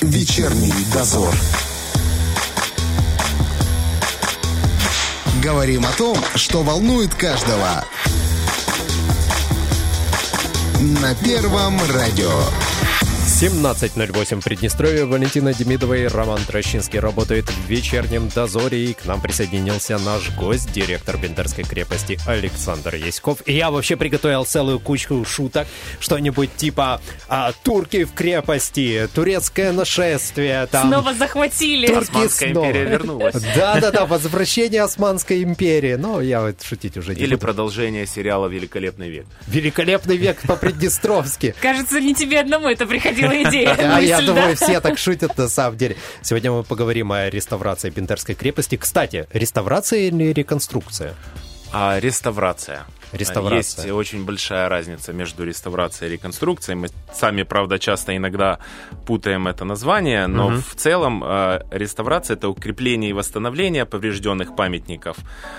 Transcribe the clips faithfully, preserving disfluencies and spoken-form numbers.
Вечерний дозор. Говорим о том, что волнует каждого. На Первом радио. семнадцать ноль восемь Приднестровье. Валентина Демидова и Роман Трощинский работают в вечернем дозоре. И к нам присоединился наш гость, директор Бендерской крепости Александр Яськов. И я вообще приготовил целую кучу шуток. Что-нибудь типа а, турки в крепости, турецкое нашествие. Там, снова захватили. Османская снова. империя вернулась. Да-да-да, возвращение Османской империи. Но я вот шутить уже не Или буду. продолжение сериала «Великолепный век». Великолепный век по-приднестровски. Кажется, не тебе одному это приходило идея. А я мысль, думаю, да? все так шутят на самом деле. Сегодня мы поговорим о реставрации Бендерской крепости. Кстати, реставрация или реконструкция? А, реставрация. Реставрация. Есть очень большая разница между реставрацией и реконструкцией. Мы сами, правда, часто иногда путаем это название, но угу. в целом э, реставрация — это укрепление и восстановление поврежденных памятников,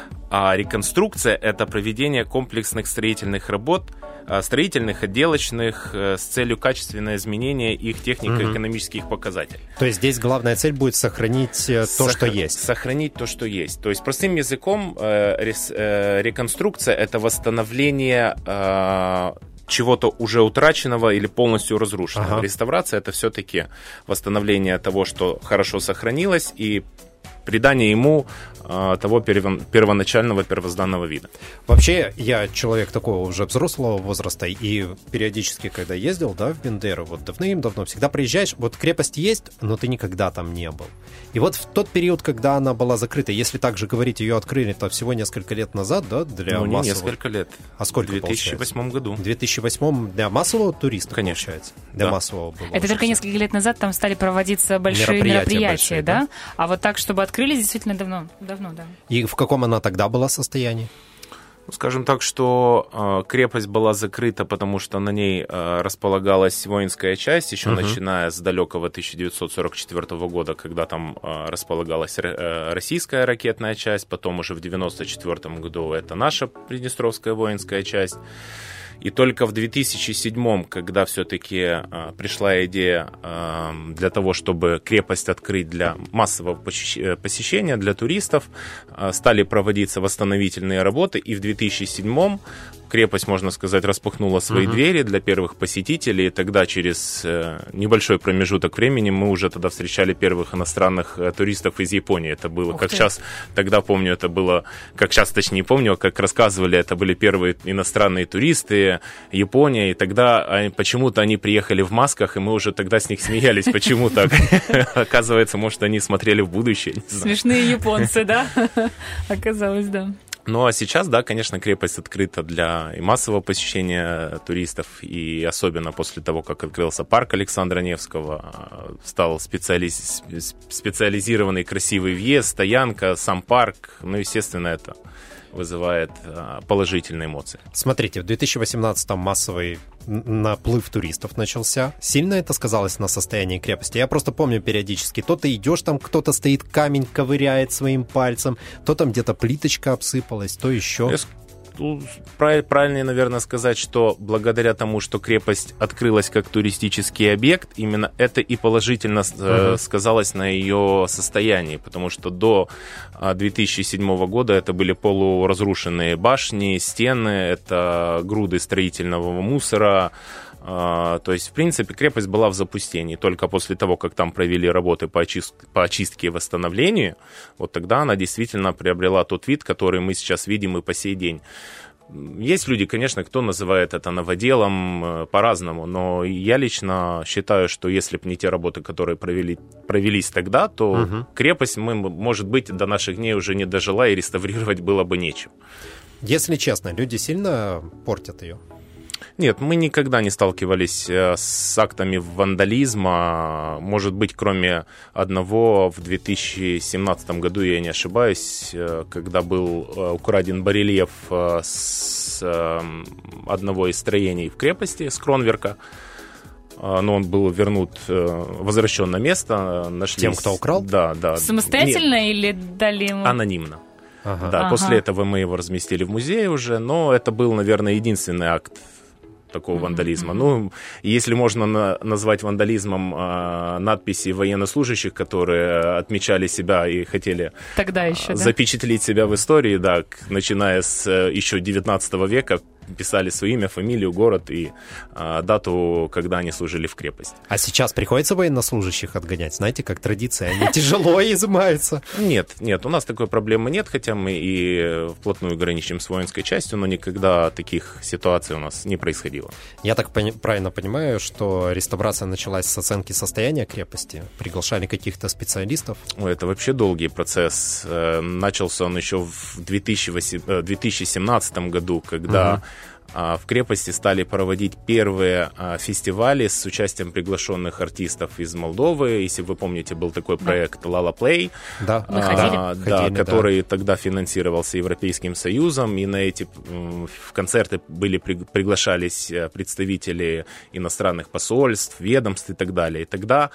а реконструкция — это проведение комплексных строительных работ, э, строительных, отделочных, э, с целью каачественного изменения их технико-экономических угу. показателей. То есть здесь главная цель будет сохранить э, то, Сох... что есть. Сохранить то, что есть. То есть, простым языком, э, рес, э, реконструкция — это восстановление Восстановление э, чего-то уже утраченного или полностью разрушенного. Ага. Реставрация — это все-таки восстановление того, что хорошо сохранилось, и придание ему э, того перво- первоначального, первозданного вида. Вообще, я человек такого уже взрослого возраста, и периодически, когда ездил, да, в Бендеру, вот давным-давно, всегда приезжаешь, вот крепость есть, но ты никогда там не был. И вот в тот период, когда она была закрыта, если так же говорить, ее открыли, то всего несколько лет назад, да, для ну, не массового... несколько лет. А сколько, В две тысячи восьмом году. В две тысячи восьмом для массового туриста, конечно. Получается? Для да. массового было. Это только несколько лет назад там стали проводиться большие мероприятия, мероприятия, большие, да? да? А вот так, чтобы открылись, действительно давно, давно, да. И в каком она тогда была состоянии? Скажем так, что э, крепость была закрыта, потому что на ней э, располагалась воинская часть, еще uh-huh. начиная с далекого тысяча девятьсот сорок четвёртого года, когда там э, располагалась э, российская ракетная часть, потом уже в девяносто четвёртом году это наша приднестровская воинская часть. И только в две тысячи седьмом, когда все-таки э, пришла идея э, для того, чтобы крепость открыть для массового посещения, для туристов, э, стали проводиться восстановительные работы. И в две тысячи седьмом крепость, можно сказать, распахнула свои uh-huh. двери для первых посетителей. И тогда через э, небольшой промежуток времени мы уже тогда встречали первых иностранных э, туристов из Японии. Это было, Ух как ты. сейчас, тогда помню, это было, как сейчас точнее помню, как рассказывали, это были первые иностранные туристы, Япония, и тогда они, почему-то они приехали в масках, и мы уже тогда с них смеялись, почему так. Оказывается, может, они смотрели в будущее. Смешные японцы, да? Оказалось, да. Ну, а сейчас, да, конечно, крепость открыта для и массового посещения туристов, и особенно после того, как открылся парк Александра Невского, стал специализ... специализированный красивый въезд, стоянка, сам парк, ну, естественно, это вызывает положительные эмоции. Смотрите, в две тысячи восемнадцатом массовый наплыв туристов начался. Сильно это сказалось на состоянии крепости? Я просто помню периодически, то ты идешь, там кто-то стоит, камень ковыряет своим пальцем, то там где-то плиточка обсыпалась, то еще... Правильнее, наверное, сказать, что благодаря тому, что крепость открылась как туристический объект, именно это и положительно uh-huh. сказалось на ее состоянии, потому что до две тысячи седьмого года это были полуразрушенные башни, стены, это груды строительного мусора. То есть, в принципе, крепость была в запустении. Только после того, как там провели работы по очистке, по очистке и восстановлению, вот тогда она действительно приобрела тот вид, который мы сейчас видим и по сей день. Есть люди, конечно, кто называет это новоделом по-разному, но я лично считаю, что если бы не те работы, которые провели, провелись тогда, то угу. крепость, мы, может быть, до наших дней уже не дожила, и реставрировать было бы нечем. Если честно, люди сильно портят ее? Нет, мы никогда не сталкивались с актами вандализма. Может быть, кроме одного, в две тысячи семнадцатом году, я не ошибаюсь, когда был украден барельеф с одного из строений в крепости, с Кронверка. Но он был вернут, возвращен на место. Нашлись... Тем, кто украл? Да, да. Самостоятельно Нет. Или дали ему? Анонимно. Ага. Да, ага. После этого мы его разместили в музее уже, но это был, наверное, единственный акт такого вандализма. Ну, если можно на, назвать вандализмом э, надписи военнослужащих, которые отмечали себя и хотели Тогда еще, да? запечатлеть себя в истории, да, к, начиная с э, еще девятнадцатого века, писали свое имя, фамилию, город и э, дату, когда они служили в крепости. А сейчас приходится военнослужащих отгонять? Знаете, как традиция, они тяжело изымаются. Нет, нет, у нас такой проблемы нет, хотя мы и вплотную граничим с воинской частью, но никогда таких ситуаций у нас не происходило. Я так пони- правильно понимаю, что реставрация началась с оценки состояния крепости? Приглашали каких-то специалистов? Ой, это вообще долгий процесс. Э, Начался он еще в две тысячи семнадцатом году, когда угу. в крепости стали проводить первые фестивали с участием приглашенных артистов из Молдовы. Если вы помните, был такой проект «Лала Плей», да. Мы ходили. а, Ходили, да, который да. тогда финансировался Европейским Союзом, и на эти в концерты были приглашались представители иностранных посольств, ведомств и так далее. И тогда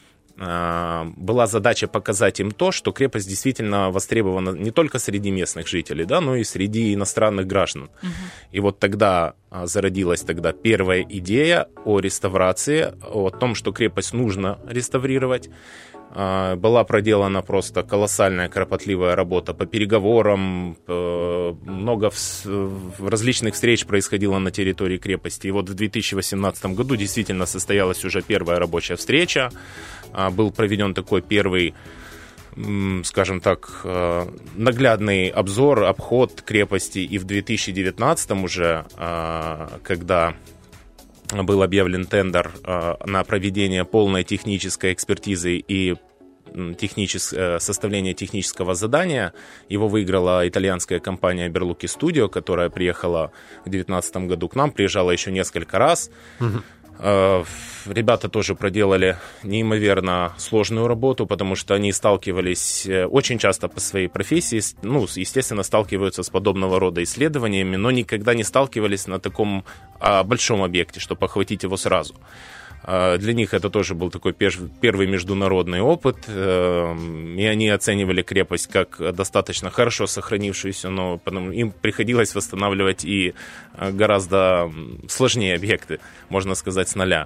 была задача показать им то, что крепость действительно востребована не только среди местных жителей, да, но и среди иностранных граждан. Угу. И вот тогда зародилась тогда первая идея о реставрации, о том, что крепость нужно реставрировать. Была проделана просто колоссальная, кропотливая работа по переговорам, много различных встреч происходило на территории крепости. И вот в две тысячи восемнадцатом году действительно состоялась уже первая рабочая встреча. Был проведен такой первый, скажем так, наглядный обзор, обход крепости. И в две тысячи девятнадцатом уже, когда был объявлен тендер на проведение полной технической экспертизы и техничес... составление технического задания. Его выиграла итальянская компания Berlucchi Studio, которая приехала в две тысячи девятнадцатом году к нам, приезжала еще несколько раз. Угу. Ребята тоже проделали неимоверно сложную работу, потому что они сталкивались очень часто по своей профессии, ну, естественно, сталкиваются с подобного рода исследованиями, но никогда не сталкивались на таком а, большом объекте, чтобы охватить его сразу. А, для них это тоже был такой пер- первый международный опыт, э, и они оценивали крепость как достаточно хорошо сохранившуюся, но потом им приходилось восстанавливать и гораздо сложнее объекты, можно сказать, с нуля.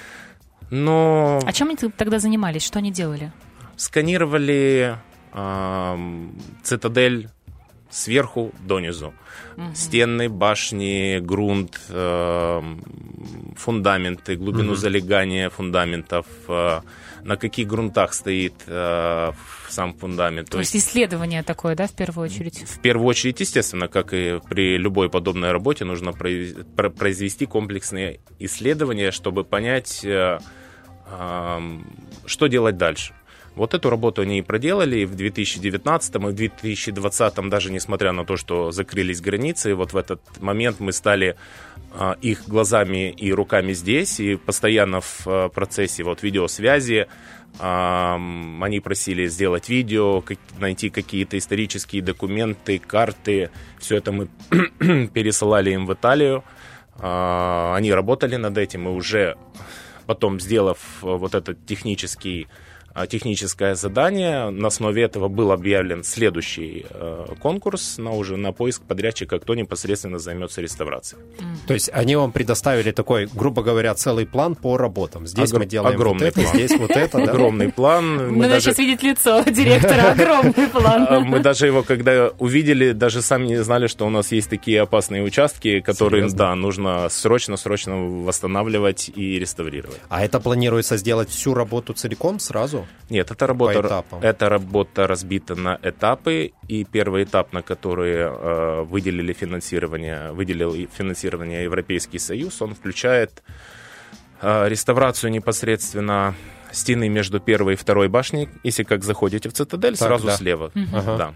Но... А чем они тогда занимались? Что они делали? Сканировали э, цитадель сверху донизу. Угу. Стены, башни, грунт, э, фундаменты, глубину угу. залегания фундаментов, э, на каких грунтах стоит э, сам фундамент. То, То есть исследование такое, да, в первую очередь? В первую очередь, естественно, как и при любой подобной работе, нужно произвести комплексные исследования, чтобы понять, э, э, что делать дальше. Вот эту работу они и проделали и в две тысячи девятнадцатом, и в две тысячи двадцатом, даже несмотря на то, что закрылись границы, вот в этот момент мы стали э, их глазами и руками здесь, и постоянно в э, процессе вот, видеосвязи э, они просили сделать видео, как, найти какие-то исторические документы, карты. Все это мы пересылали им в Италию. Э, они работали над этим, и уже потом, сделав вот этот технический техническое задание. На основе этого был объявлен следующий э, конкурс на уже на поиск подрядчика, кто непосредственно займется реставрацией. Mm-hmm. То есть они вам предоставили такой, грубо говоря, целый план по работам. Здесь Огр- мы делаем огромный вот это, план. Здесь вот это. Огромный план. Надо даже... сейчас видеть лицо директора. Огромный план. Мы даже его, когда увидели, даже сами не знали, что у нас есть такие опасные участки, которые, да, нужно срочно-срочно восстанавливать и реставрировать. А это планируется сделать всю работу целиком сразу? Нет, эта работа, эта работа разбита на этапы, и первый этап, на который э, выделили финансирование, выделил финансирование Европейский Союз, он включает э, реставрацию непосредственно стены между первой и второй башней. Если как заходите в цитадель, так, сразу да. слева. Угу. Ага. Да.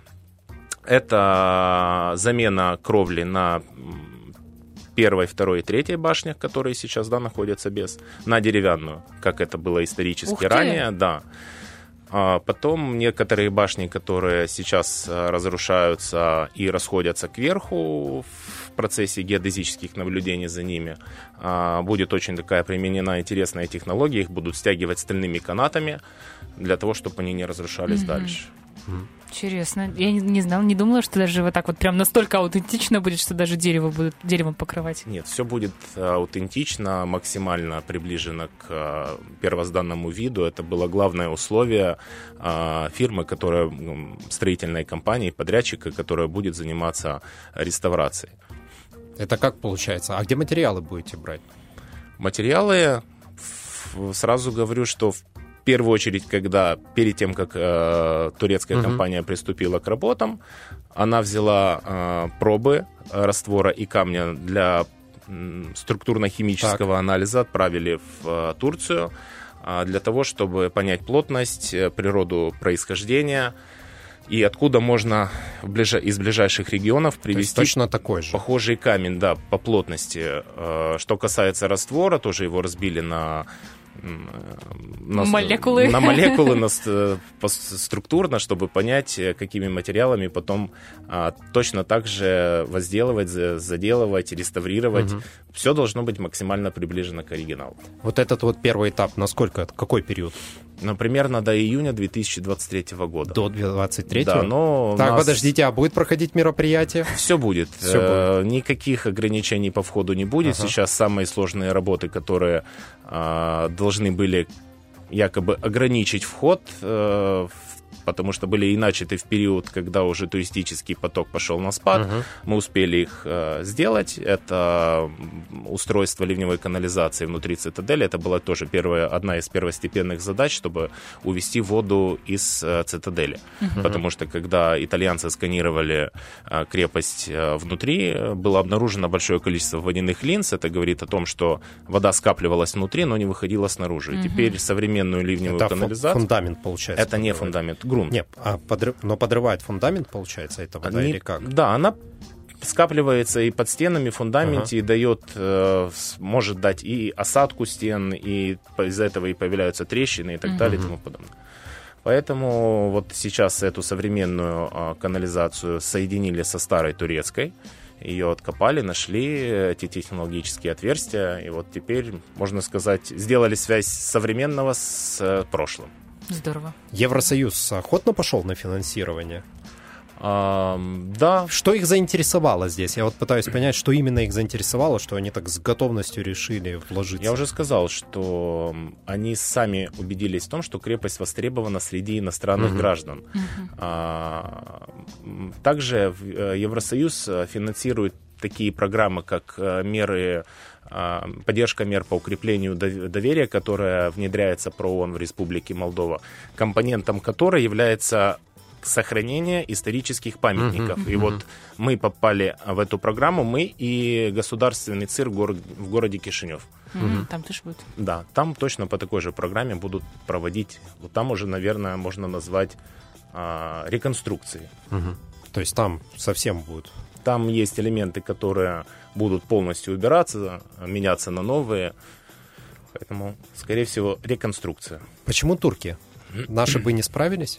Это замена кровли на первой, второй и третьей башнях, которые сейчас, да, находятся без, на деревянную, как это было исторически ранее, да. А потом некоторые башни, которые сейчас разрушаются и расходятся кверху в процессе геодезических наблюдений за ними, будет очень такая применена интересная технология, их будут стягивать стальными канатами для того, чтобы они не разрушались mm-hmm. дальше. Интересно. Я не, не знала, не думала, что даже вот так вот прям настолько аутентично будет, что даже дерево будут деревом покрывать. Нет, все будет аутентично, максимально приближено к первозданному виду. Это было главное условие фирмы, которая, строительной компании, подрядчика, которая будет заниматься реставрацией. Это как получается? А где материалы будете брать? Материалы, сразу говорю, что в В первую очередь, когда перед тем, как э, турецкая uh-huh. компания приступила к работам, она взяла э, пробы раствора и камня для э, структурно-химического так. анализа, отправили в э, Турцию э, для того, чтобы понять плотность, э, природу происхождения и откуда можно в ближ... из ближайших регионов привезти точно такой же. Похожий камень, да, по плотности. Э, что касается раствора, тоже его разбили на На, молекулы. На молекулы, на, структурно, чтобы понять, какими материалами потом а, точно так же возделывать, заделывать, реставрировать. Угу. Все должно быть максимально приближено к оригиналу. Вот этот вот первый этап, насколько это, какой период? Ну, примерно до июня две тысячи двадцать третьего года. До двадцать третьего? Да, но... Так, нас... подождите, а будет проходить мероприятие? Все будет. Все э, будет. Никаких ограничений по входу не будет. Ага. Сейчас самые сложные работы, которые э, должны были якобы ограничить вход, э, потому что были и начаты в период, когда уже туристический поток пошел на спад. Uh-huh. Мы успели их э, сделать. Это устройство ливневой канализации внутри цитадели. Это была тоже первая, одна из первостепенных задач, чтобы увести воду из э, цитадели. Uh-huh. Потому что когда итальянцы сканировали э, крепость э, внутри, было обнаружено большое количество водяных линз. Это говорит о том, что вода скапливалась внутри, но не выходила снаружи. Uh-huh. Теперь современную ливневую это канализацию... фундамент, получается. Это не фундамент. Грунт. Нет, а подрыв, но подрывает фундамент, получается, эта вода, Не, или как? Да, она скапливается и под стенами, в фундаменте, ага. и дает, э, может дать и осадку стен, и из-за этого и появляются трещины и так угу. далее и тому подобное. Поэтому вот сейчас эту современную э, канализацию соединили со старой турецкой. Ее откопали, нашли эти технологические отверстия, и вот теперь, можно сказать, сделали связь современного с э, прошлым. Здорово. Евросоюз охотно пошел на финансирование? А, да. Что их заинтересовало здесь? Я вот пытаюсь понять, что именно их заинтересовало, что они так с готовностью решили вложиться. Я уже сказал, что они сами убедились в том, что крепость востребована среди иностранных uh-huh. граждан. Uh-huh. А, также Евросоюз финансирует такие программы, как меры... поддержка мер по укреплению доверия, которая внедряется ПРООН в Республике Молдова, компонентом которой является сохранение исторических памятников. Uh-huh, uh-huh. И вот мы попали в эту программу, мы и государственный цирк в, город, в городе Кишинев. Uh-huh. Там тоже будет? Да, там точно по такой же программе будут проводить, вот там уже, наверное, можно назвать а, реконструкцией. Uh-huh. То есть там совсем будет... Там есть элементы, которые будут полностью убираться, меняться на новые. Поэтому, скорее всего, реконструкция. Почему турки? Наши бы не справились?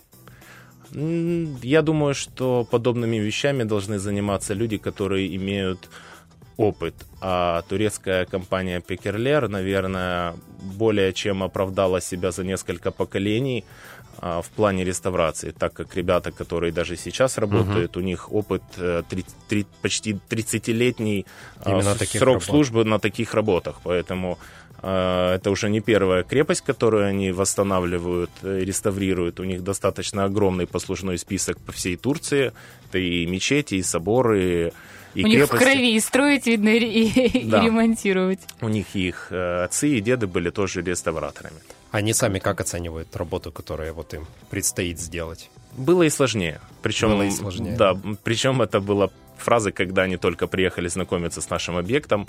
Я думаю, что подобными вещами должны заниматься люди, которые имеют опыт. А турецкая компания Пекерлер, наверное, более чем оправдала себя за несколько поколений в плане реставрации, так как ребята, которые даже сейчас работают, uh-huh. у них опыт три, три, почти тридцатилетний срок работ. службы на таких работах, поэтому э, это уже не первая крепость, которую они восстанавливают, реставрируют, у них достаточно огромный послужной список по всей Турции, это и мечети, и соборы, и у крепости. них в крови и строить, видно, и, да. и ремонтировать. У них их отцы и деды были тоже реставраторами. Они сами как оценивают работу, которую вот им предстоит сделать? Было и сложнее. Причем, было и сложнее. Да, причем это была фраза, когда они только приехали знакомиться с нашим объектом,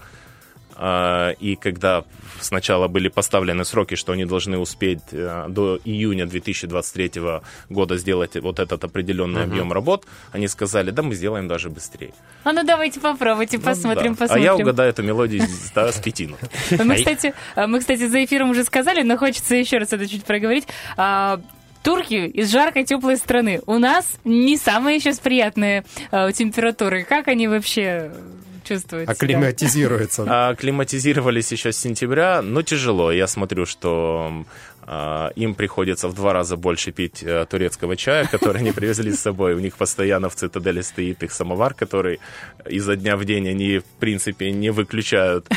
и когда сначала были поставлены сроки, что они должны успеть до июня две тысячи двадцать третьего года сделать вот этот определенный uh-huh. объем работ, они сказали, да, мы сделаем даже быстрее. А ну давайте попробуйте, посмотрим, ну, да. посмотрим. А я угадаю эту мелодию да, с пяти нот. Мы, кстати, мы, кстати, за эфиром уже сказали, но хочется еще раз это чуть проговорить. Турки из жаркой, теплой страны. У нас не самые сейчас приятные температуры. Как они вообще... чувствуете? Акклиматизируются. Акклиматизировались еще с сентября, но тяжело. Я смотрю, что Им приходится в два раза больше пить турецкого чая, который они привезли с собой. У них постоянно в цитадели стоит их самовар, который изо дня в день они, в принципе, не выключают.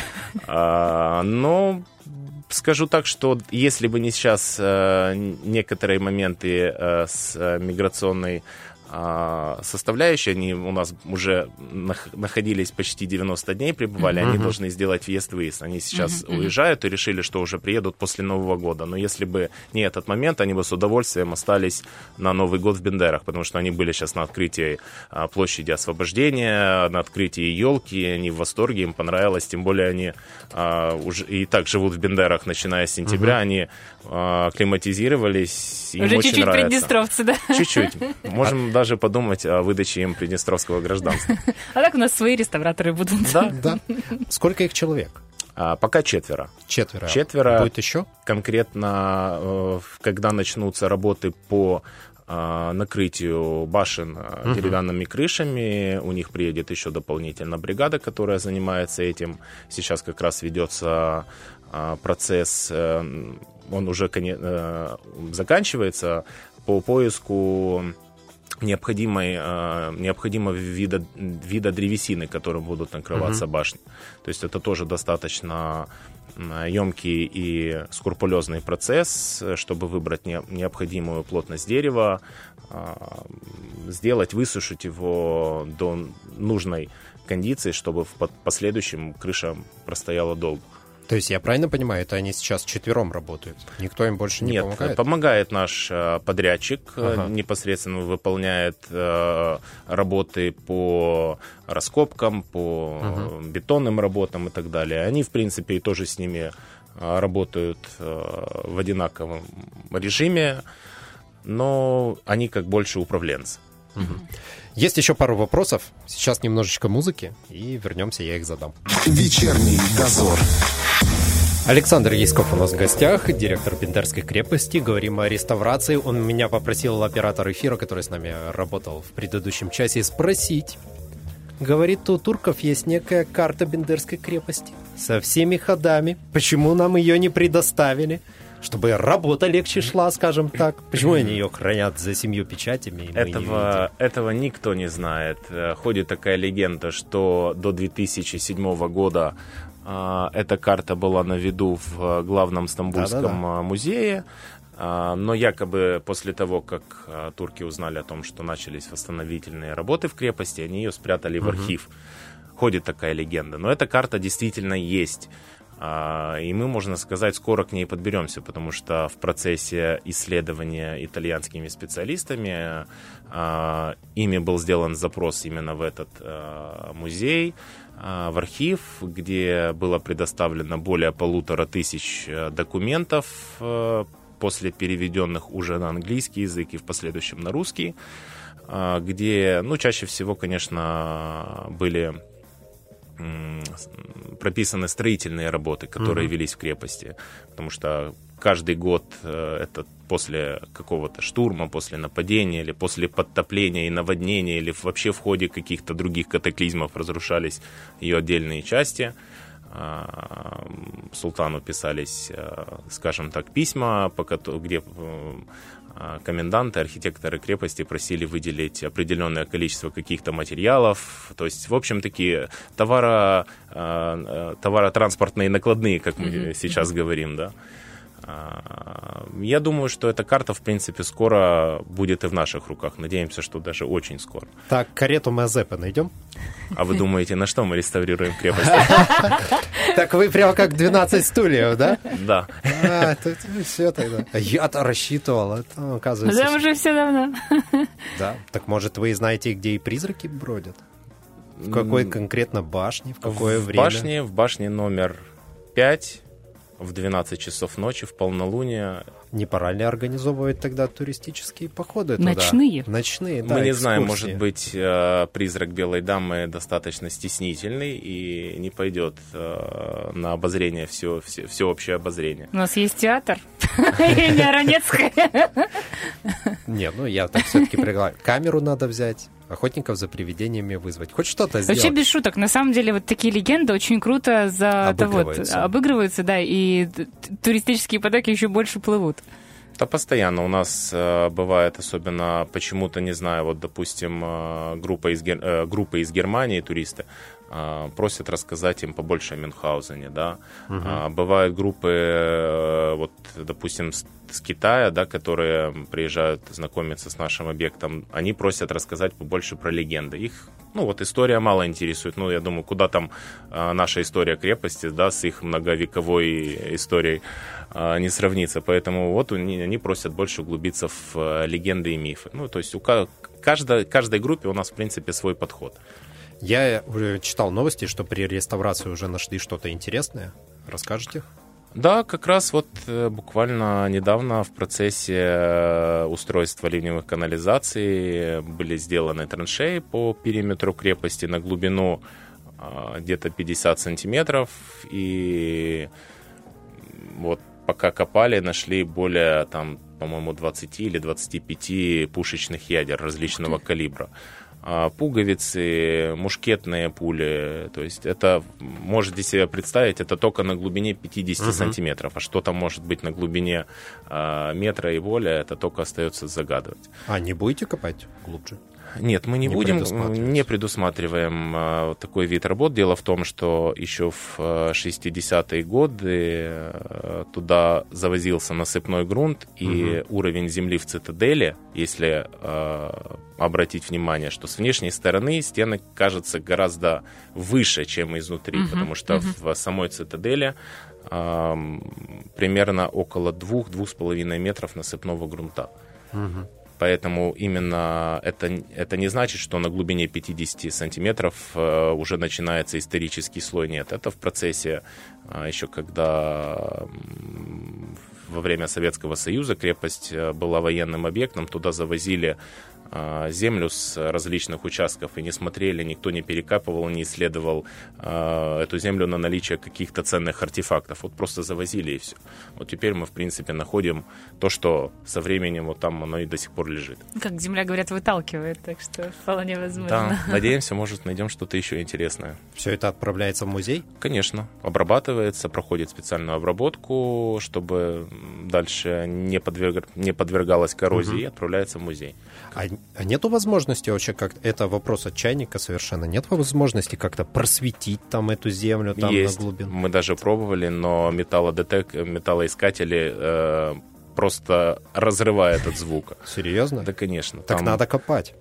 Но скажу так, что если бы не сейчас некоторые моменты с миграционной составляющие, они у нас уже находились почти девяносто дней, пребывали, uh-huh. они должны сделать въезд-выезд. Они сейчас uh-huh. уезжают и решили, что уже приедут после Нового года. Но если бы не этот момент, они бы с удовольствием остались на Новый год в Бендерах, потому что они были сейчас на открытии площади Освобождения, на открытии елки, они в восторге, им понравилось, тем более они а, уже и так живут в Бендерах, начиная с сентября, uh-huh. они а, акклиматизировались, им уже очень чуть-чуть нравится. Приднестровцы, да? Чуть-чуть. Можем даже подумать о выдаче им приднестровского гражданства. А так у нас свои реставраторы будут. Да, да. Сколько их человек? А, пока четверо. Четверо. Четверо. Будет еще? Конкретно, когда начнутся работы по накрытию башен uh-huh. деревянными крышами, у них приедет еще дополнительно бригада, которая занимается этим. Сейчас как раз ведется процесс, он уже заканчивается, по поиску необходимой, необходимого вида, вида древесины, которым будут накрываться uh-huh. башни. То есть это тоже достаточно емкий и скрупулезный процесс, чтобы выбрать необходимую плотность дерева, сделать, высушить его до нужной кондиции, чтобы в последующем крыша простояла долго. То есть я правильно понимаю, это они сейчас четвером работают? Никто им больше не Нет, помогает? Нет, помогает наш подрядчик, ага. непосредственно выполняет работы по раскопкам, по ага. бетонным работам и так далее. Они, в принципе, тоже с ними работают в одинаковом режиме, но они как больше управленцы. Угу. Есть еще пару вопросов. Сейчас немножечко музыки, и вернемся, я их задам. Вечерний дозор. Александр Яськов у нас в гостях, директор Бендерской крепости. Говорим о реставрации. Он меня попросил, оператор эфира, который с нами работал в предыдущем часе, спросить. Говорит, у турков есть некая карта Бендерской крепости со всеми ходами. Почему нам ее не предоставили? Чтобы работа легче шла, скажем так. Почему они ее хранят за семью печатями? И этого, этого никто не знает. Ходит такая легенда, что до две тысячи седьмого года э, эта карта была на виду в главном Стамбульском Да-да-да. музее. Э, но якобы после того, как э, турки узнали о том, что начались восстановительные работы в крепости, они ее спрятали в архив. Угу. Ходит такая легенда. Но эта карта действительно есть. И мы, можно сказать, скоро к ней подберемся, потому что в процессе исследования итальянскими специалистами ими был сделан запрос именно в этот музей, в архив, где было предоставлено более полутора тысяч документов, после переведенных уже на английский язык и в последующем на русский, где, ну, чаще всего, конечно, были прописаны строительные работы, которые mm-hmm. велись в крепости, потому что каждый год это после какого-то штурма, после нападения или после подтопления и наводнения или вообще в ходе каких-то других катаклизмов разрушались ее отдельные части. Султану писались, скажем так, письма, где коменданты, архитекторы крепости просили выделить определенное количество каких-то материалов. То есть, в общем, такие товаро, товаротранспортные накладные, как мы mm-hmm. сейчас говорим, да. Я думаю, что эта карта, в принципе, скоро будет и в наших руках. Надеемся, что даже очень скоро. Так, карету Мазепы найдем? А вы думаете, на что мы реставрируем крепость? Так вы прям как двенадцать стульев, да? Да. А, все тогда. Я-то рассчитывал, это оказывается... Да, уже все давно. Да, так может вы знаете, где и призраки бродят? В какой конкретно башне, в какое время? В башне, в башне номер пять... в двенадцать часов ночи, в полнолуние. Не пора ли организовывать тогда туристические походы туда? Ночные? Ночные, да, мы не экскурсии. знаем, может быть, призрак белой дамы достаточно стеснительный и не пойдет на обозрение, все, все, всеобщее обозрение. У нас есть театр. Имя Ранецкая. Нет, ну я так все-таки приглашаю. Камеру надо взять, охотников за привидениями вызвать. Хоть что-то сделать. Вообще без шуток. На самом деле вот такие легенды очень круто за обыгрываются. Вот, обыгрываются, да, и туристические потоки еще больше плывут. Да, постоянно. У нас э, бывает, особенно почему-то, не знаю, вот, допустим, э, группа, из, э, группа из Германии, туристы, э, просят рассказать им побольше о Мюнхгаузене, да. Угу. А, бывают группы, э, вот, допустим, с, с Китая, да, которые приезжают знакомиться с нашим объектом, они просят рассказать побольше про легенды. Их, ну, вот, история мало интересует. Ну, я думаю, куда там э, наша история крепости, да, с их многовековой историей э, не сравнится. Поэтому вот они, они просят больше углубиться в э, легенды и мифы. Ну, то есть у каждой, каждой группе у нас, в принципе, свой подход. Я уже читал новости, что при реставрации уже нашли что-то интересное. Расскажете? Да, как раз вот буквально недавно в процессе устройства ливневых канализаций были сделаны траншеи по периметру крепости на глубину где-то пятьдесят сантиметров. И вот пока копали, нашли более, там, по-моему, двадцать или двадцать пять пушечных ядер различного калибра. Пуговицы, мушкетные пули, то есть это, можете себе представить, это только на глубине пятьдесят uh-huh. сантиметров, а что там может быть на глубине а, метра и более, это только остается загадывать. А не будете копать глубже? Нет, мы не, не будем, не предусматриваем а, такой вид работ. Дело в том, что еще в а, шестидесятые годы а, туда завозился насыпной грунт, и угу. уровень земли в цитадели, если а, обратить внимание, что с внешней стороны стены кажутся гораздо выше, чем изнутри, угу. потому что угу. в самой цитадели а, примерно около двух-двух с половиной метров насыпного грунта. Угу. Поэтому именно это, это не значит, что на глубине пятьдесят сантиметров э, уже начинается исторический слой. Нет, это в процессе, э, еще когда во время Советского Союза крепость была военным объектом, туда завозили э, землю с различных участков и не смотрели, никто не перекапывал, не исследовал э, эту землю на наличие каких-то ценных артефактов. Вот просто завозили и все. Вот теперь мы, в принципе, находим то, что со временем вот там оно и до сих пор лежит. Как земля, говорят, выталкивает, так что вполне возможно. Да, надеемся, может, найдем что-то еще интересное. Все это отправляется в музей? Конечно. Обрабатывается, проходит специальную обработку, чтобы дальше не, подверг... не подвергалась коррозии, угу. и отправляется в музей. А, а нету возможности вообще как-то... Это вопрос от чайника совершенно. Нет возможности как-то просветить там эту землю там Есть. на глубину? Мы даже пробовали, но металлодетек... металлоискатели... Э... просто разрывает от звука. Серьезно? Да, конечно. Так там... надо копать.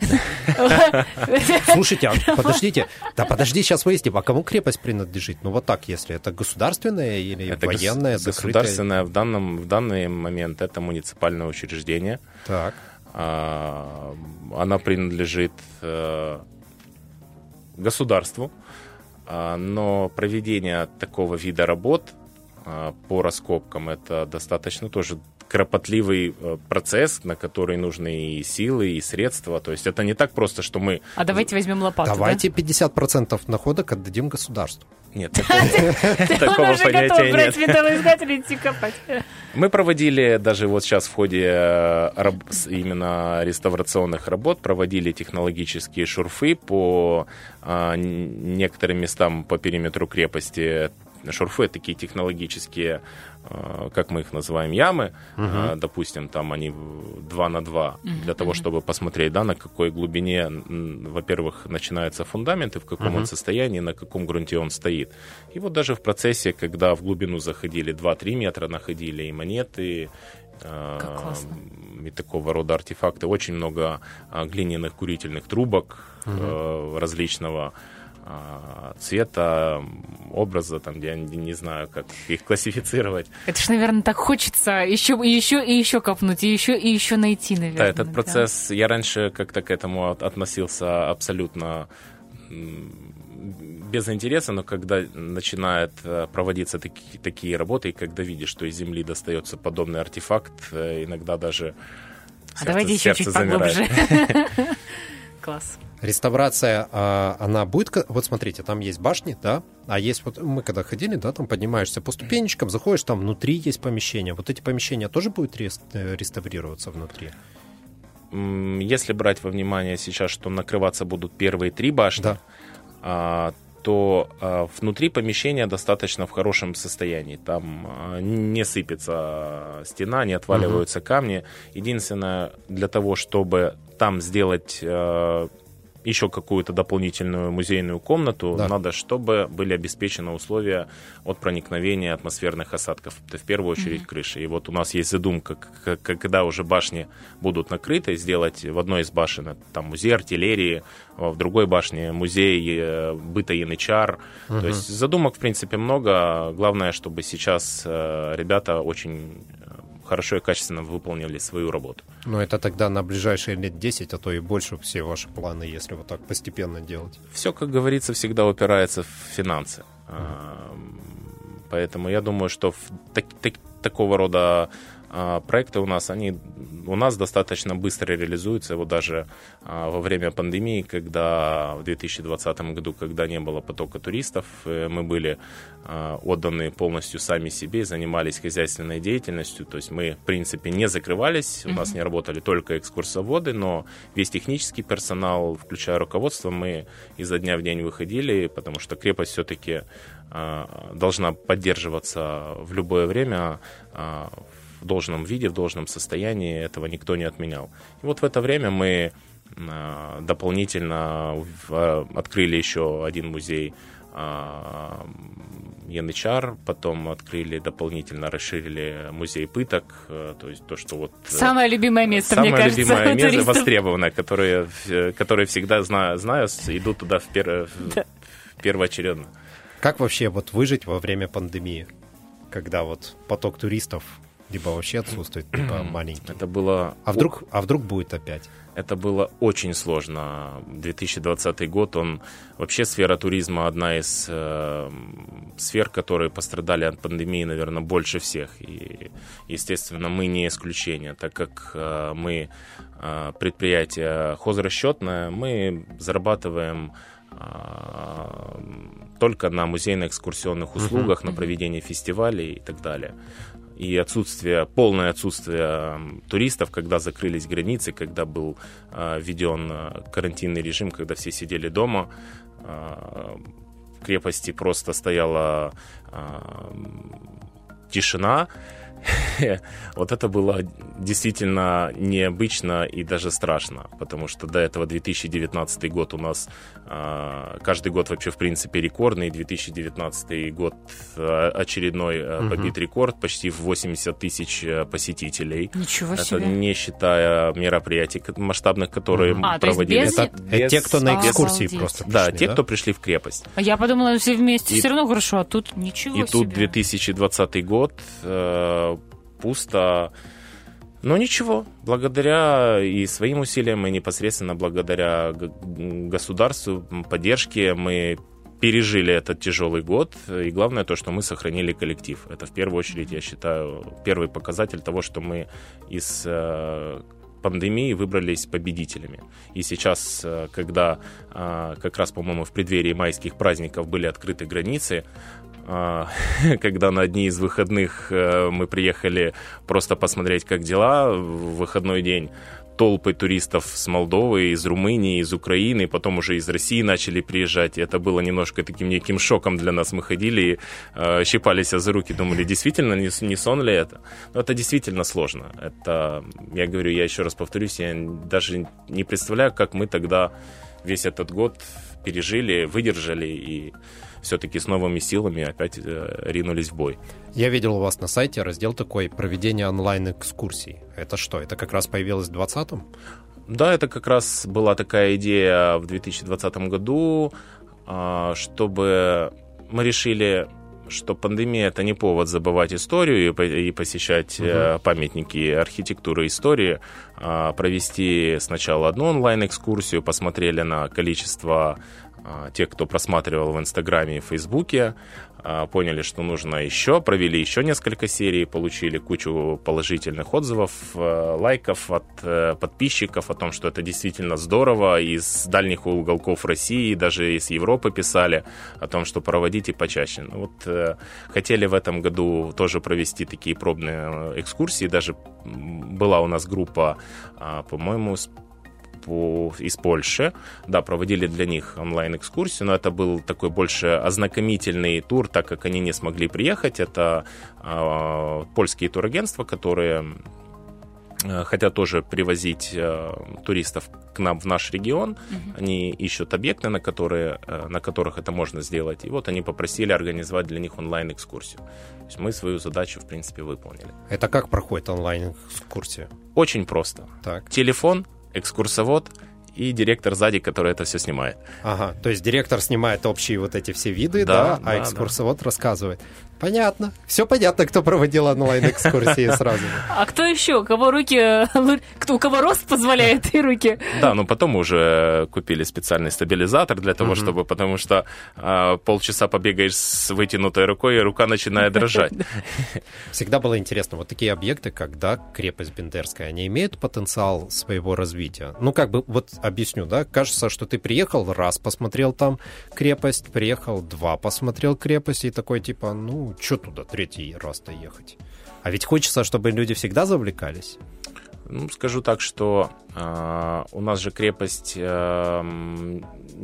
Слушайте, а подождите. Да подожди, сейчас выясним, а кому крепость принадлежит? Ну вот так, если это государственная или это военная, гос- государственная в данном в данный момент это муниципальное учреждение. Так. А, она принадлежит а, государству, а, но проведение такого вида работ а, по раскопкам это достаточно тоже кропотливый процесс, на который нужны и силы, и средства. То есть это не так просто, что мы... А давайте возьмем лопату, Давайте да? пятьдесят процентов находок отдадим государству. Нет, такого понятия нет. Металлоискатели идти копать. Мы проводили даже вот сейчас в ходе именно реставрационных работ, проводили технологические шурфы по некоторым местам по периметру крепости. Шурфы — такие технологические, как мы их называем, ямы. Uh-huh. Допустим, там они два на два, uh-huh. для того, чтобы посмотреть, да, на какой глубине, во-первых, начинается фундамент и в каком uh-huh. он состоянии, на каком грунте он стоит. И вот даже в процессе, когда в глубину заходили два-три метра, находили и монеты, и такого рода артефакты. Очень много глиняных курительных трубок uh-huh. различного цвета, образа, там, я не, не знаю, как их классифицировать. Это ж, наверное, так хочется еще и еще, и еще копнуть, и еще, и еще найти, наверное. Да, этот процесс, да. Я раньше как-то к этому относился абсолютно без интереса, но когда начинают проводиться такие, такие работы, и когда видишь, что из земли достается подобный артефакт, иногда даже а сердце, давайте еще чуть поглубже. Класс. Реставрация, она будет... Вот смотрите, там есть башни, да, а есть вот... Мы когда ходили, да, там поднимаешься по ступенечкам, заходишь, там внутри есть помещение. Вот эти помещения тоже будут реставрироваться внутри? если брать во внимание сейчас, что накрываться будут первые три башни, Да. а, то а, внутри помещения достаточно в хорошем состоянии. Там а, не сыпется стена, не отваливаются uh-huh. камни. Единственное, для того, чтобы там сделать а, еще какую-то дополнительную музейную комнату, да. надо, чтобы были обеспечены условия от проникновения атмосферных осадков. Это в первую очередь mm-hmm. крыши. И вот у нас есть задумка, когда уже башни будут накрыты, сделать в одной из башен там музей артиллерии, в другой башне музей быта янычар. Mm-hmm. То есть задумок, в принципе, много. Главное, чтобы сейчас ребята очень хорошо и качественно выполнили свою работу. Но это тогда на ближайшие лет десять, а то и больше все ваши планы, если вот так постепенно делать. Все, как говорится, всегда упирается в финансы. Mm-hmm. Поэтому я думаю, что так, так, такого рода проекты у нас, они у нас достаточно быстро реализуются. Вот даже во время пандемии, когда в две тысячи двадцатом году, когда не было потока туристов, мы были отданы полностью сами себе, занимались хозяйственной деятельностью. То есть мы, в принципе, не закрывались, у нас не работали только экскурсоводы, но весь технический персонал, включая руководство, мы изо дня в день выходили, потому что крепость все-таки должна поддерживаться в любое время в должном виде, в должном состоянии, этого никто не отменял. И вот в это время мы дополнительно открыли еще один музей янычар, потом открыли дополнительно, расширили музей пыток, то есть то, что вот... Самое любимое место, самое мне кажется, любимое место, туристов. востребованное, которые, которые всегда, знаю, знаю идут туда в пер... да. первоочередно. Как вообще вот выжить во время пандемии, когда вот поток туристов либо вообще отсутствует, либо маленький? Это было... А вдруг, а вдруг будет опять? Это было очень сложно. две тысячи двадцатый год, он... Вообще сфера туризма одна из э, сфер, которые пострадали от пандемии, наверное, больше всех. И, естественно, мы не исключение, так как э, мы э, предприятие хозрасчетное, мы зарабатываем э, только на музейно-экскурсионных услугах, uh-huh. на проведение фестивалей и так далее. И отсутствие, полное отсутствие туристов, когда закрылись границы, когда был э, введен карантинный режим, когда все сидели дома, э, в крепости просто стояла э, тишина. Вот это было действительно необычно и даже страшно, потому что до этого две тысячи девятнадцатый год у нас э, каждый год вообще в принципе рекордный, две тысячи девятнадцатый год э, очередной э, побит угу. рекорд, почти в восемьдесят тысяч посетителей. Ничего это себе. Не считая мероприятий масштабных, которые а, проводились. Без... Это, это те, кто на экскурсии Обалдеть. Просто пришли, да, те, да? кто пришли в крепость. Я подумала, все вместе и, все равно хорошо, а тут ничего и себе. И тут две тысячи двадцатый год э, пусто. Но ничего, благодаря и своим усилиям, и непосредственно благодаря государству, поддержке мы пережили этот тяжелый год. И главное то, что мы сохранили коллектив. Это в первую очередь, я считаю, первый показатель того, что мы из пандемии выбрались победителями. И сейчас, когда как раз, по-моему, в преддверии майских праздников были открыты границы, когда на одни из выходных мы приехали просто посмотреть, как дела в выходной день, толпы туристов с Молдовы, из Румынии, из Украины, потом уже из России начали приезжать. Это было немножко таким неким шоком для нас. Мы ходили и э, щипались за руки, думали, действительно, не, не сон ли это? Но это действительно сложно. Это, я говорю, я еще раз повторюсь, я даже не представляю, как мы тогда весь этот год пережили, выдержали и все-таки с новыми силами опять э, ринулись в бой. Я видел у вас на сайте раздел такой «Проведение онлайн-экскурсий». Это что, это как раз появилось в двадцатом? Да, это как раз была такая идея в две тысячи двадцатом году, э, чтобы мы решили, что пандемия — это не повод забывать историю и, и посещать угу. э, памятники архитектуры и истории, э, провести сначала одну онлайн-экскурсию, посмотрели на количество те, кто просматривал в Инстаграме и Фейсбуке, поняли, что нужно еще, провели еще несколько серий, получили кучу положительных отзывов, лайков от подписчиков о том, что это действительно здорово. Из дальних уголков России, даже из Европы писали о том, что проводите почаще. Ну, вот, хотели в этом году тоже провести такие пробные экскурсии. Даже была у нас группа, по-моему, из Польши, да, проводили для них онлайн-экскурсию, но это был такой больше ознакомительный тур, так как они не смогли приехать. Это э, польские турагентства, которые э, хотят тоже привозить э, туристов к нам в наш регион. Mm-hmm. Они ищут объекты, на, которые, э, на которых это можно сделать. И вот они попросили организовать для них онлайн-экскурсию. То есть мы свою задачу, в принципе, выполнили. Это как проходит онлайн-экскурсия? Очень просто. Так. Телефон, экскурсовод и директор сзади, который это все снимает. Ага, то есть директор снимает общие вот эти все виды, да, да, а да, экскурсовод да. рассказывает. Понятно. Все понятно, кто проводил онлайн-экскурсии сразу. А кто еще? У кого руки, кто, у кого рост позволяет и руки? Да, но потом мы уже купили специальный стабилизатор для того, чтобы, потому что полчаса побегаешь с вытянутой рукой, и рука начинает дрожать. Всегда было интересно, вот такие объекты, когда крепость Бендерская, они имеют потенциал своего развития? Ну, как бы, вот объясню, да, кажется, что ты приехал раз, посмотрел там крепость, приехал два, посмотрел крепость, и такой типа, ну, что туда третий раз-то ехать? А ведь хочется, чтобы люди всегда завлекались. Ну, скажу так, что э, у нас же крепость, э,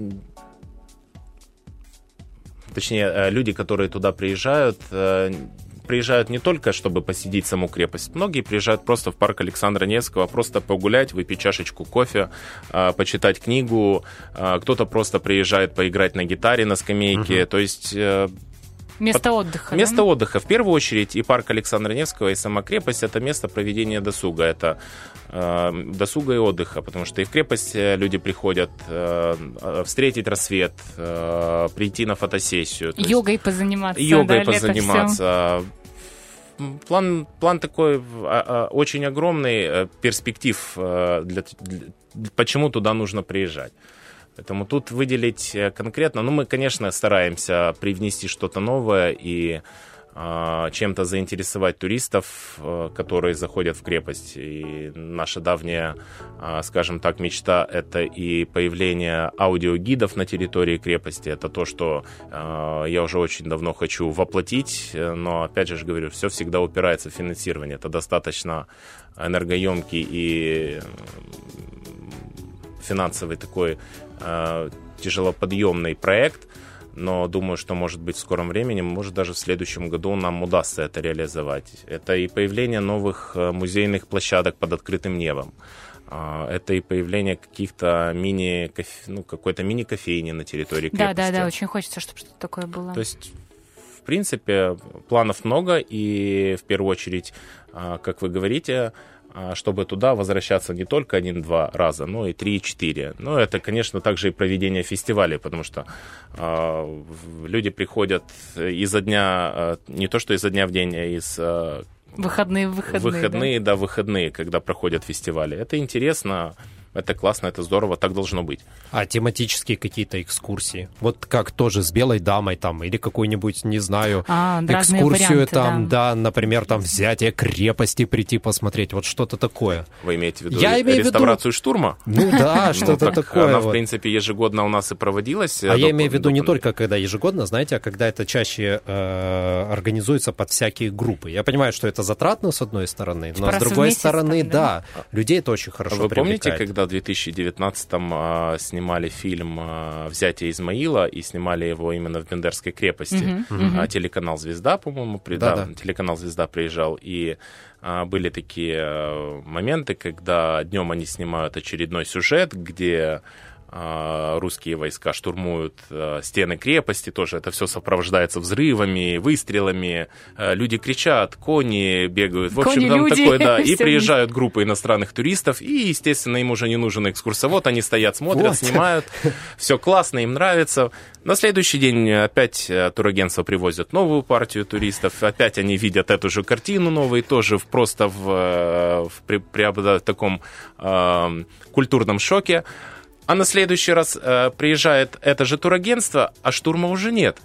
точнее, э, люди, которые туда приезжают, э, приезжают не только, чтобы посетить саму крепость. Многие приезжают просто в парк Александра Невского, просто погулять, выпить чашечку кофе, э, почитать книгу. Э, кто-то просто приезжает поиграть на гитаре на скамейке. Uh-huh. То есть... Э, Место отдыха. Место да? отдыха. В первую очередь и парк Александра Невского, и сама крепость — это место проведения досуга. Это э, досуга и отдыха, потому что и в крепость люди приходят э, встретить рассвет, э, прийти на фотосессию. Йогой есть, позаниматься. Йогой да, позаниматься. План, план такой очень огромный, перспектив, для, для, почему туда нужно приезжать. Поэтому тут выделить конкретно, ну, мы, конечно, стараемся привнести что-то новое и э, чем-то заинтересовать туристов, э, которые заходят в крепость. И наша давняя, э, скажем так, мечта — это и появление аудиогидов на территории крепости. Это то, что э, я уже очень давно хочу воплотить, но, опять же говорю, все всегда упирается в финансирование. Это достаточно энергоемкий и финансовый такой э, тяжелоподъемный проект, но думаю, что, может быть, в скором времени, может, даже в следующем году нам удастся это реализовать. Это и появление новых музейных площадок под открытым небом. Э, это и появление каких-то мини, ну, какой-то мини-кофейни на территории крепости. Да, да, да, очень хочется, чтобы что-то такое было. То есть, в принципе, планов много, и в первую очередь, э, как вы говорите, чтобы туда возвращаться не только один-два раза, но и три-четыре. Но это, конечно, также и проведение фестивалей, потому что э, люди приходят изо дня, э, не то что изо дня в день, а из... Э, выходные, выходные. Выходные, да? да, выходные, когда проходят фестивали. Это интересно. Это классно, это здорово, так должно быть. А тематические какие-то экскурсии? Вот как тоже с белой дамой там, или какую-нибудь, не знаю, а, экскурсию варианты, там, да. да, например, там взятие крепости, прийти посмотреть, вот что-то такое. Вы имеете в виду я имею реставрацию виду... штурма? Ну да, что-то такое. Она, в принципе, ежегодно у нас и проводилась. А я имею в виду не только когда ежегодно, знаете, а когда это чаще организуется под всякие группы. Я понимаю, что это затратно, с одной стороны, но с другой стороны, да, людей это очень хорошо привлекает. Вы помните, когда в две тысячи девятнадцатом а, снимали фильм а, «Взятие Измаила» и снимали его именно в Бендерской крепости. Uh-huh, uh-huh. А, телеканал «Звезда», по-моему, при... да, да. телеканал «Звезда» приезжал, и а, были такие а, моменты, когда днем они снимают очередной сюжет, где русские войска штурмуют стены крепости, тоже это все сопровождается взрывами, выстрелами, люди кричат, кони бегают, в общем, кони, там люди, такое, да, и все приезжают группы иностранных туристов, и, естественно, им уже не нужен экскурсовод, они стоят, смотрят, вот. Снимают, все классно, им нравится. На следующий день опять турагентство привозят новую партию туристов, опять они видят эту же картину новую, тоже в, просто в, в, при, при, в таком э, культурном шоке. А на следующий раз э, приезжает это же турагентство, а штурма уже нет.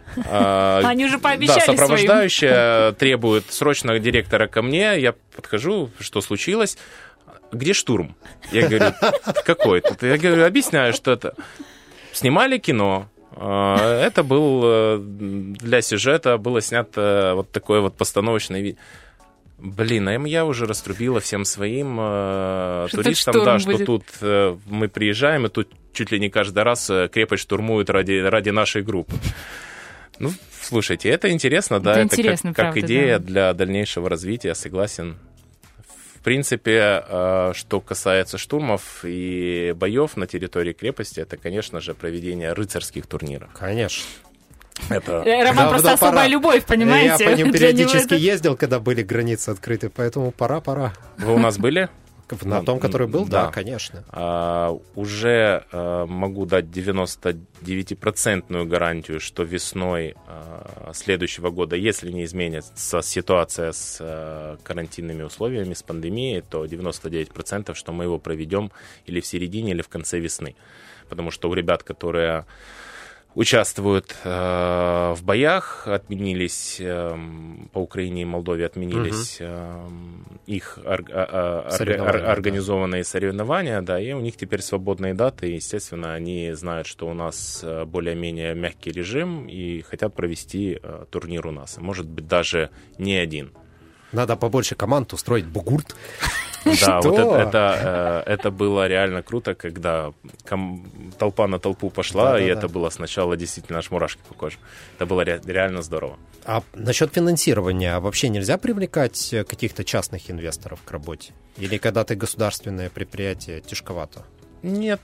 Они уже пообещали своим. Да, сопровождающая требует срочно директора ко мне. Я подхожу, что случилось? Где штурм? Я говорю, какой? Я говорю, объясняю, что это. Снимали кино. Это был для сюжета, было снято вот такое вот постановочное видео. Блин, а я уже раструбила всем своим э, туристам, да, что будет. Тут э, мы приезжаем, и тут чуть ли не каждый раз крепость штурмуют ради, ради нашей группы. Ну, слушайте, это интересно, да, это, это как, правда, как идея да. для дальнейшего развития, согласен. В принципе, э, что касается штурмов и боев на территории крепости, это, конечно же, проведение рыцарских турниров. Конечно. Это... Роман да, просто особая пора. Любовь, понимаете? Я по ним периодически это... ездил, когда были границы открыты, поэтому пора-пора. Вы у нас были? На том, который был? Да, да конечно. А, уже а, могу дать девяносто девять процентов гарантию, что весной а, следующего года, если не изменится ситуация с а, карантинными условиями, с пандемией, то девяносто девять процентов, что мы его проведем или в середине, или в конце весны. Потому что у ребят, которые... участвуют э, в боях, отменились э, по Украине и Молдове, отменились угу. э, их ор, ор, ор, организованные да. соревнования, да, и у них теперь свободные даты, и, естественно, они знают, что у нас более-менее мягкий режим и хотят провести э, турнир у нас, может быть, даже не один. Надо побольше команд устроить бугурт. Да, что? Вот это, это, это было реально круто, когда ком- толпа на толпу пошла, да, и да, это да. было сначала действительно аж мурашки по коже. Это было ре- реально здорово. А насчет финансирования, вообще нельзя привлекать каких-то частных инвесторов к работе? Или когда ты государственное предприятие, тяжковато? Нет,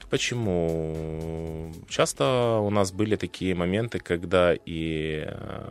почему? Часто у нас были такие моменты, когда и...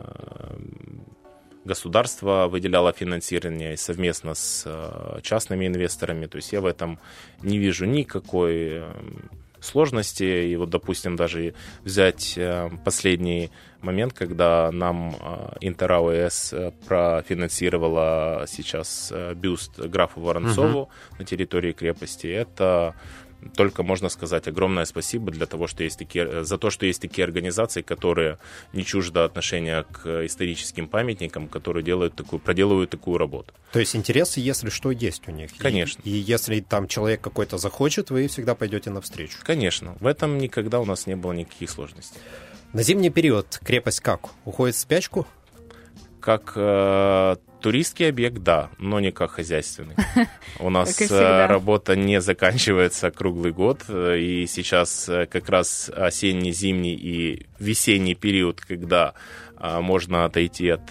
государство выделяло финансирование совместно с частными инвесторами. То есть я в этом не вижу никакой сложности. И вот, допустим, даже взять последний момент, когда нам Интер АОС профинансировала сейчас бюст графу Воронцову угу. на территории крепости. Это... Только можно сказать огромное спасибо для того, что есть такие, за то, что есть такие организации, которые не чуждо отношения к историческим памятникам, которые делают такую, проделывают такую работу. То есть интересы, если что, есть у них? Конечно. И, и если там человек какой-то захочет, вы всегда пойдете навстречу? Конечно. В этом никогда у нас не было никаких сложностей. На зимний период крепость как? Уходит в спячку? Как э, туристский объект, да, но не как хозяйственный. У нас работа не заканчивается круглый год, и сейчас как раз осенний, зимний и весенний период, когда можно отойти от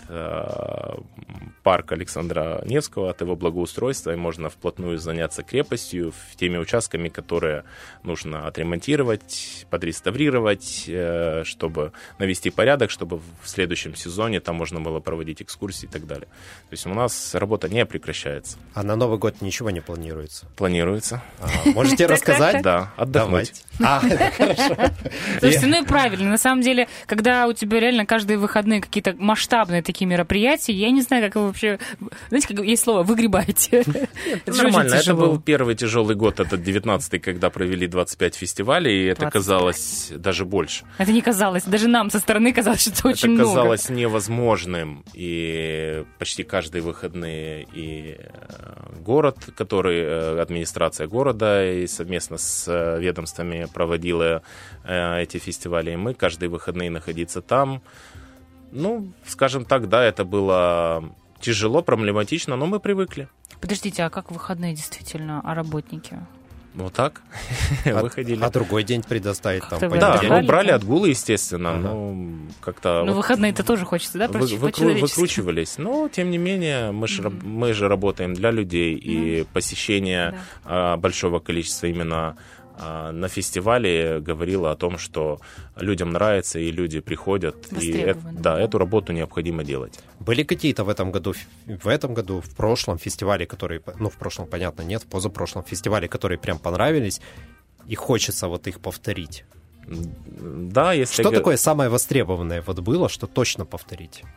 парка Александра Невского, от его благоустройства, и можно вплотную заняться крепостью, теми участками, которые нужно отремонтировать, подреставрировать, чтобы навести порядок, чтобы в следующем сезоне там можно было проводить экскурсии и так далее. То есть у нас работа не прекращается. А на Новый год ничего не планируется? Планируется. Можете рассказать? Да, отдохнуть. А, хорошо. Слушайте, ну и правильно. На самом деле, когда у тебя реально каждые выходные какие-то масштабные такие мероприятия, я не знаю, как вы вообще... Знаете, как есть слово «выгребаете». Это нормально. Это был первый тяжелый год, этот девятнадцатый, когда провели двадцать пять фестивалей, и это казалось даже больше. Это не казалось. Даже нам со стороны казалось, что это очень много. Это казалось невозможным. И почти каждые выходные и город, который, администрация города и совместно с ведомствами проводила эти фестивали, и мы каждые выходные находиться там. Ну, скажем так, да, это было тяжело, проблематично, но мы привыкли. Подождите, а как выходные действительно, а работники? Вот так а, выходили. А другой день предоставить там? Да, ну, брали отгулы, естественно, ага. но как-то... Ну, вот выходные-то тоже хочется, да, вы, выкру, выкручивались, но, тем не менее, мы, mm-hmm. же, мы же работаем для людей, mm-hmm. и посещение да. большого количества именно на фестивале говорило о том, что людям нравится, и люди приходят, и это, да, эту работу необходимо делать. Были какие-то в этом году, в этом году, в прошлом фестивале, которые, ну, в прошлом, понятно, нет, в позапрошлом фестивале, которые прям понравились, и хочется вот их повторить? Да, если... Что г... такое самое востребованное вот было, что точно повторить?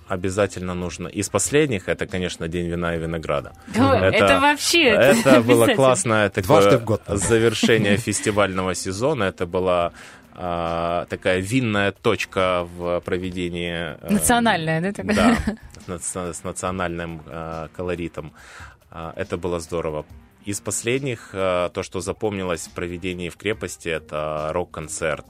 обязательно нужно. Из последних это, конечно, «День вина и винограда». О, это, это вообще... Это было классное такое в год. завершение фестивального сезона. Это была а, такая винная точка в проведении... Национальная, да? Такая? Да, с, с национальным а, колоритом. А, это было здорово. Из последних, а, то, что запомнилось в проведении в крепости, это рок-концерт.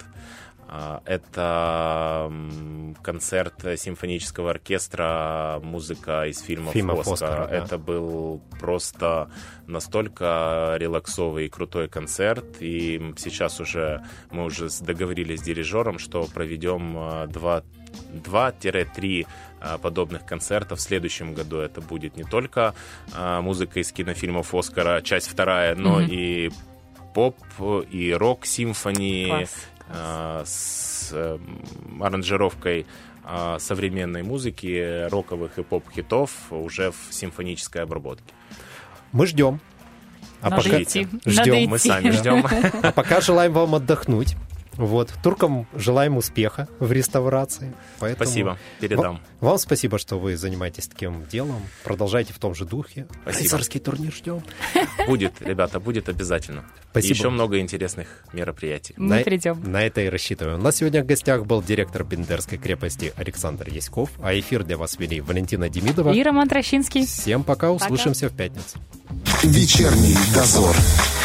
Это концерт симфонического оркестра, музыка из фильма Фильма «Фоско». «Фоско», да. Это был просто настолько релаксовый и крутой концерт. И сейчас уже мы уже договорились с дирижером, что проведем два два-три подобных концерта в следующем году. Это будет не только музыка из кинофильмов «Оскара», часть вторая, но mm-hmm. и поп, и рок-симфонии. С э, аранжировкой э, современной музыки, роковых и поп-хитов уже в симфонической обработке. Мы ждем. А Надо пока идти. ждем, Надо мы идти. сами ждем. А пока желаем вам отдохнуть. Вот. Туркам желаем успеха в реставрации. Поэтому Спасибо, передам. Вам, вам спасибо, что вы занимаетесь таким делом. Продолжайте в том же духе. Спасибо. Рыцарский турнир ждем. Будет, ребята, будет обязательно. Спасибо. И еще много интересных мероприятий. Мы на, придем. На это и рассчитываем. У нас сегодня в гостях был директор Бендерской крепости Александр Яськов, а эфир для вас вели Валентина Демидова И Роман Трощинский. Всем пока, услышимся пока. в пятницу. Вечерний дозор.